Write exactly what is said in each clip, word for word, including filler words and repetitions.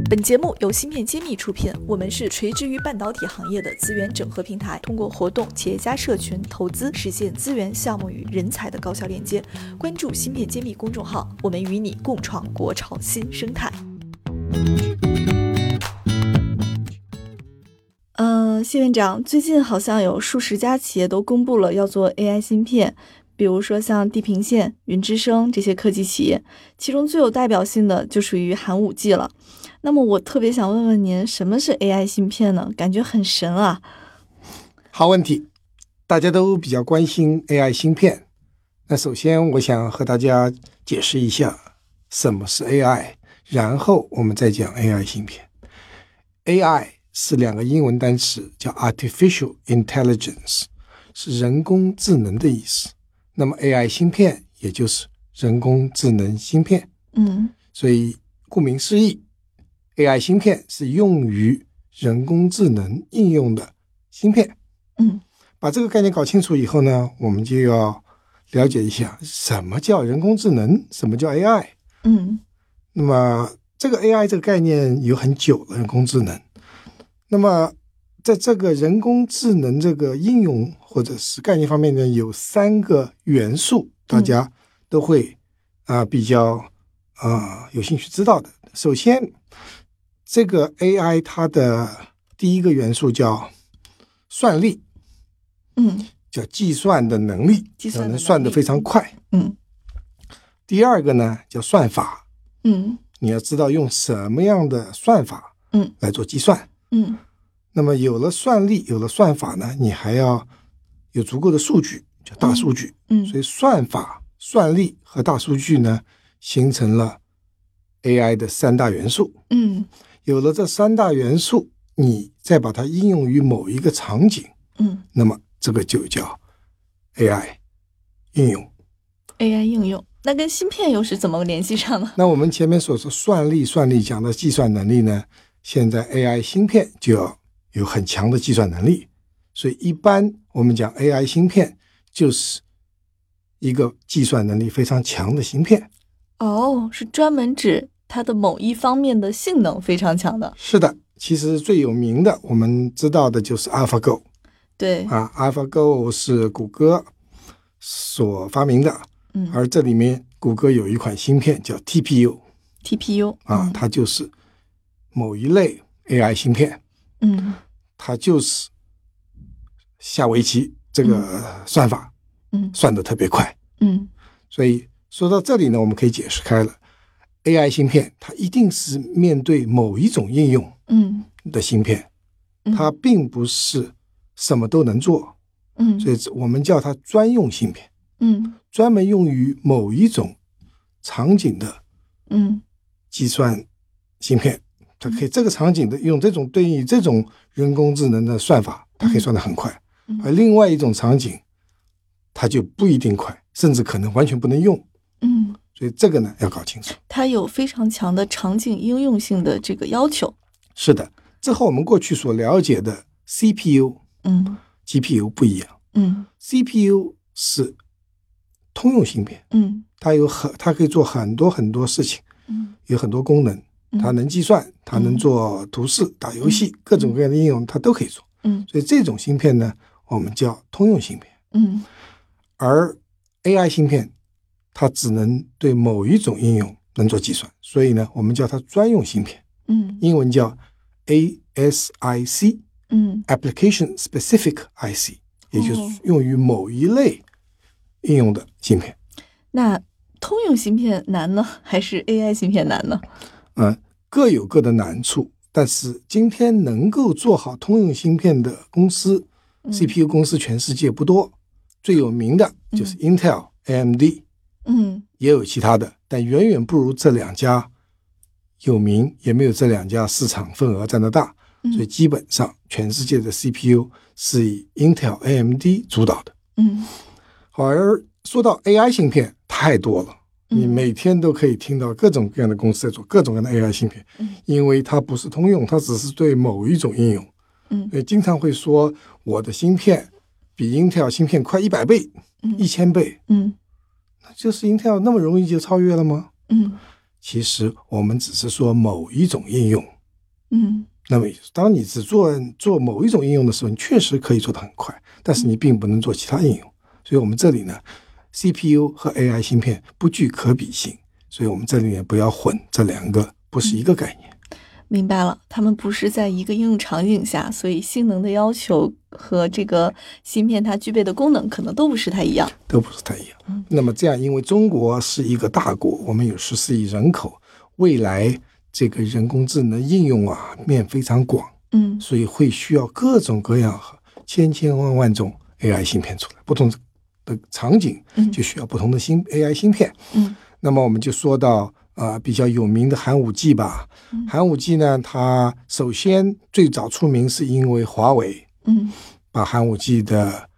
本节目由芯片揭秘出品，我们是垂直于半导体行业的资源整合平台，通过活动、企业家社群、投资，实现资源、项目与人才的高效链接。关注芯片揭秘公众号，我们与你共创国潮新生态。呃，谢院长，最近好像有数十家企业都公布了要做 A I 芯片，比如说像地平线、云之声这些科技企业，其中最有代表性的就属于寒武纪了。那么我特别想问问您，什么是 A I 芯片呢？感觉很神啊。 好问题，大家都比较关心 A I 芯片。那首先我想和大家解释一下什么是 A I， 然后我们再讲 A I 芯片。A I 是两个英文单词，叫 Artificial Intelligence， 是人工智能的意思。那么 A I 芯片也就是人工智能芯片。 嗯， 所以顾名思义， A I 芯片是用于人工智能应用的芯片。 嗯， 把这个概念搞清楚以后呢，我们就要了解一下什么叫人工智能，什么叫 A I。 嗯， 那么这个 A I 这个概念有很久了，人工智能。那么在这个人工智能这个应用或者是概念方面呢，有三个元素大家都会、嗯呃、比较呃有兴趣知道的。首先这个 A I 它的第一个元素叫算力， 嗯， 叫计算的能力， 计算的能力能算得非常快。 嗯， 第二个呢叫算法， 嗯， 你要知道用什么样的算法嗯来做计算。 嗯， 那么有了算力，有了算法呢，你还要有足够的数据，叫大数据。 嗯， 所以算法、算力和大数据呢，形成了 A I 的三大元素。 嗯， 有了这三大元素，你再把它应用于某一个场景， 嗯， 那么这个就叫 A I 应用。 A I 应用，那跟芯片又是怎么联系上呢？ 那我们前面所说算力算力讲的计算能力呢，现在 A I 芯片就要有很强的计算能力。所以一般我们讲 A I 芯片就是一个计算能力非常强的芯片。 哦，是专门指它的某一方面的性能非常强的。 是的，其实最有名的我们知道的就是 AlphaGo。 对啊 AlphaGo 是谷歌所发明的。 嗯， 而这里面谷歌有一款芯片叫 T P U T P U 啊、 嗯， 它就是某一类 A I 芯片。 嗯， 它就是下围棋这个算法， 嗯， 算得特别快。 嗯， 所以说到这里呢，我们可以解释开了 A I 芯片它一定是面对某一种应用嗯的芯片， 嗯， 它并不是什么都能做。 嗯， 所以我们叫它专用芯片， 嗯专门用于某一种场景的嗯计算芯片。它可以这个场景的用这种对应于这种人工智能的算法，它可以算得很快。 嗯， 而另外一种场景它就不一定快，甚至可能完全不能用。 嗯， 所以这个呢要搞清楚。 它有非常强的场景应用性的这个要求。 是的，这和我们过去所了解的 C P U、 嗯 G P U 不一样。 嗯 C P U 是通用芯片， 嗯它有很它可以做很多很多事情， 嗯有很多功能，它能计算，它能做图示、打游戏，各种各样的应用它都可以做。 嗯， 所以这种芯片呢，我们叫通用芯片。 嗯， 而 A I 芯片它只能对某一种应用能做计算，所以呢我们叫它专用芯片。 嗯， 英文叫 A S I C， 嗯 Application Specific I C， 也就是用于某一类应用的芯片。 那通用芯片难呢，还是 A I 芯片难呢？ 嗯，各有各的难处，但是今天能够做好通用芯片的公司、 嗯、 C P U 公司全世界不多，最有名的就是 Intel、A M D， 嗯， 也有其他的，但远远不如这两家有名，也没有这两家市场份额占得大。 嗯、 所以基本上全世界的 C P U 是以 Intel、A M D 主导的。 嗯， 而说到 A I 芯片太多了，你每天都可以听到各种各样的公司在做各种各样的 A I 芯片。 嗯，因为它不是通用，它只是对某一种应用。 嗯， 所以经常会说我的芯片比 Intel 芯片快一百倍、一千倍。 嗯， 那就是 Intel 那么容易就超越了吗？ 嗯， 其实我们只是说某一种应用嗯， 那么当你只做做某一种应用的时候，你确实可以做得很快，但是你并不能做其他应用。所以我们这里呢 C P U 和 A I 芯片不具可比性，所以我们这里也不要混这两个，不是一个概念。 明白了，他们不是在一个应用场景下，所以性能的要求和这个芯片它具备的功能可能都不是太一样， 都不是太一样。嗯、那么这样，因为中国是一个大国，我们有十四亿人口，未来这个人工智能应用啊面非常广， 嗯， 所以会需要各种各样千千万万种 A I 芯片出来，不同的场景就需要不同的芯 A I 芯片。 嗯， 那么我们就说到啊、呃、比较有名的寒武纪吧。嗯、寒武纪呢，它首先最早出名是因为华为， 嗯， 把寒武纪的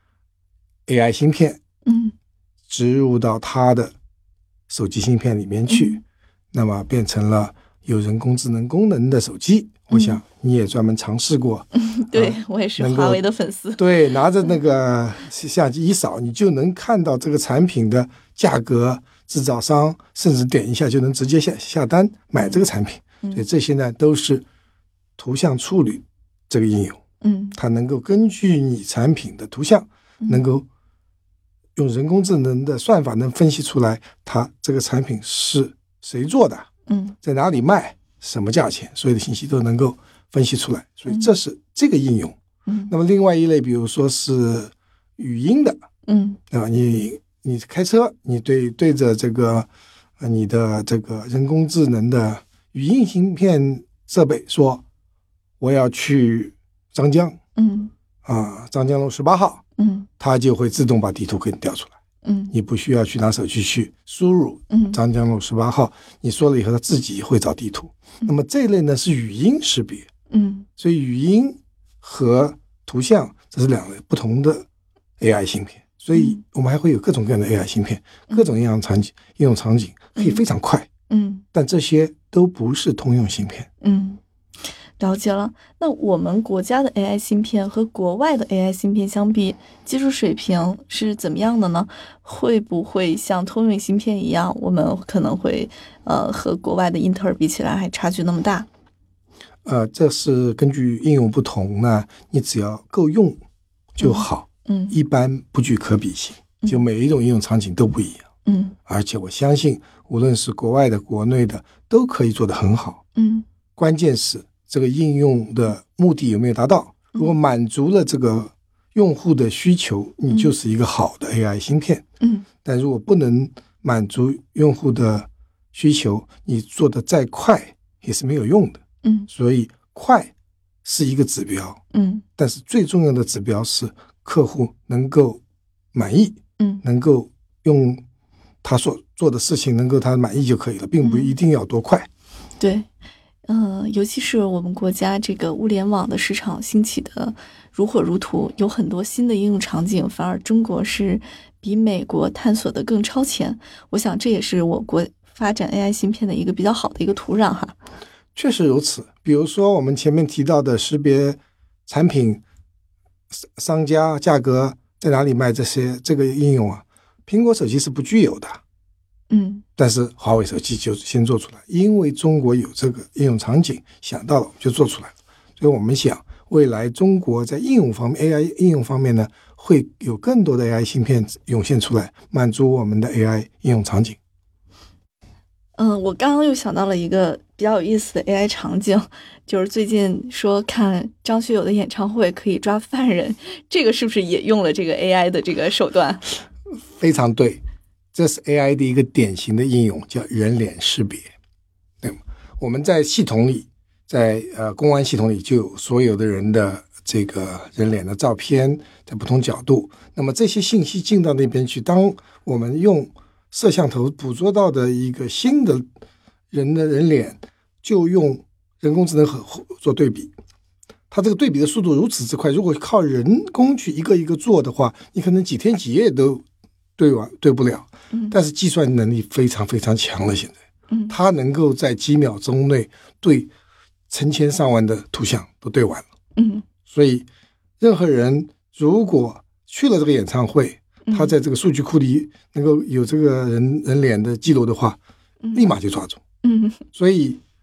A I 芯片， 嗯， 植入到它的手机芯片里面去，嗯、那么变成了有人工智能功能的手机。我想你也专门尝试过， 嗯、对、呃、我也是华为的粉丝。 对，拿着那个相机一扫，你就能看到这个产品的价格、制造商，甚至点一下就能直接下下单买这个产品。嗯、所以这些呢都是图像处理这个应用。 嗯， 它能够根据你产品的图像，嗯、能够用人工智能的算法能分析出来，它这个产品是谁做的， 嗯， 在哪里卖。什么价钱，所有的信息都能够分析出来，所以这是这个应用。 嗯， 那么另外一类，比如说是语音的， 嗯， 对吧？你你开车，你对对着这个呃你的这个人工智能的语音芯片设备说，我要去张江， 嗯啊，张江路十八号， 嗯， 它就会自动把地图给你调出来。 嗯， 你不需要去拿手机去输入， 嗯， 张江路十八号，你说了以后，它自己会找地图。嗯、那么这一类呢是语音识别， 嗯， 所以语音和图像这是两类不同的 A I 芯片，所以我们还会有各种各样的 A I 芯片，嗯、各种各样的场景应用场景可以非常快， 嗯， 但这些都不是通用芯片， 嗯。了解了，那我们国家的 A I 芯片和国外的 A I 芯片相比，技术水平是怎么样的呢？会不会像通用芯片一样，我们可能会呃和国外的英特尔比起来还差距那么大？ 呃，这是根据应用不同呢，你只要够用就好， 嗯， 一般不具可比性，就每一种应用场景都不一样， 嗯， 而且我相信无论是国外的、国内的，都可以做得很好， 嗯， 关键是这个应用的目的有没有达到？如果满足了这个用户的需求，你就是一个好的 A I 芯片。 嗯， 但如果不能满足用户的需求，你做的再快也是没有用的。 嗯， 所以快是一个指标。 嗯， 但是最重要的指标是客户能够满意。 嗯， 能够用他所做的事情能够他满意就可以了，并不一定要多快。 嗯、对。嗯、呃，尤其是我们国家这个物联网的市场兴起的如火如荼，有很多新的应用场景，反而中国是比美国探索的更超前。我想这也是我国发展 A I 芯片的一个比较好的一个土壤哈。 确实如此，比如说我们前面提到的识别产品、商家、价格在哪里卖这些这个应用啊，苹果手机是不具有的。 嗯， 但是华为手机就先做出来，因为中国有这个应用场景，想到了就做出来了。所以我们想，未来中国在应用方面 ，A I 应用方面呢，会有更多的 A I 芯片涌现出来，满足我们的 A I 应用场景。 嗯，我刚刚又想到了一个比较有意思的 A I 场景，就是最近说看张学友的演唱会可以抓犯人，这个是不是也用了这个 A I 的这个手段？ 非常对。这是 A I 的一个典型的应用，叫人脸识别，对吗？我们在系统里，在呃公安系统里就有所有的人的这个人脸的照片，在不同角度。那么这些信息进到那边去，当我们用摄像头捕捉到的一个新的人的人脸，就用人工智能和做对比。它这个对比的速度如此之快，如果靠人工去一个一个做的话，你可能几天几夜都对完对不了。但是计算能力非常非常强了，现在， 嗯， 它能够在几秒钟内对成千上万的图像都对完了， 嗯， 所以任何人如果去了这个演唱会，他在这个数据库里能够有这个人人脸的记录的话，立马就抓住， 嗯， 所以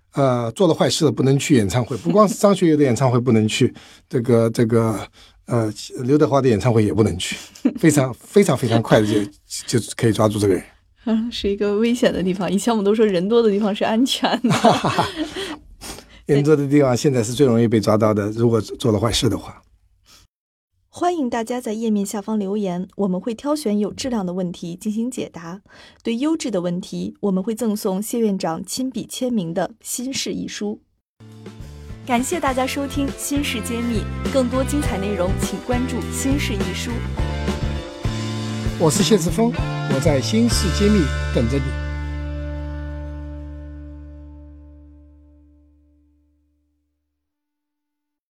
呃，做了坏事不能去演唱会，不光是张学友的演唱会不能去，这个这个呃刘德华的演唱会也不能去，非常非常非常快的就就可以抓住这个人。 嗯，是一个危险的地方。以前我们都说人多的地方是安全的， 人多的地方现在是最容易被抓到的，如果做了坏事的话。 欢迎大家在页面下方留言，我们会挑选有质量的问题进行解答。对优质的问题，我们会赠送谢院长亲笔签名的新式遗书。感谢大家收听《新事揭秘》，更多精彩内容请关注《新事一书》。 我是谢志峰，我在新事揭秘等着你。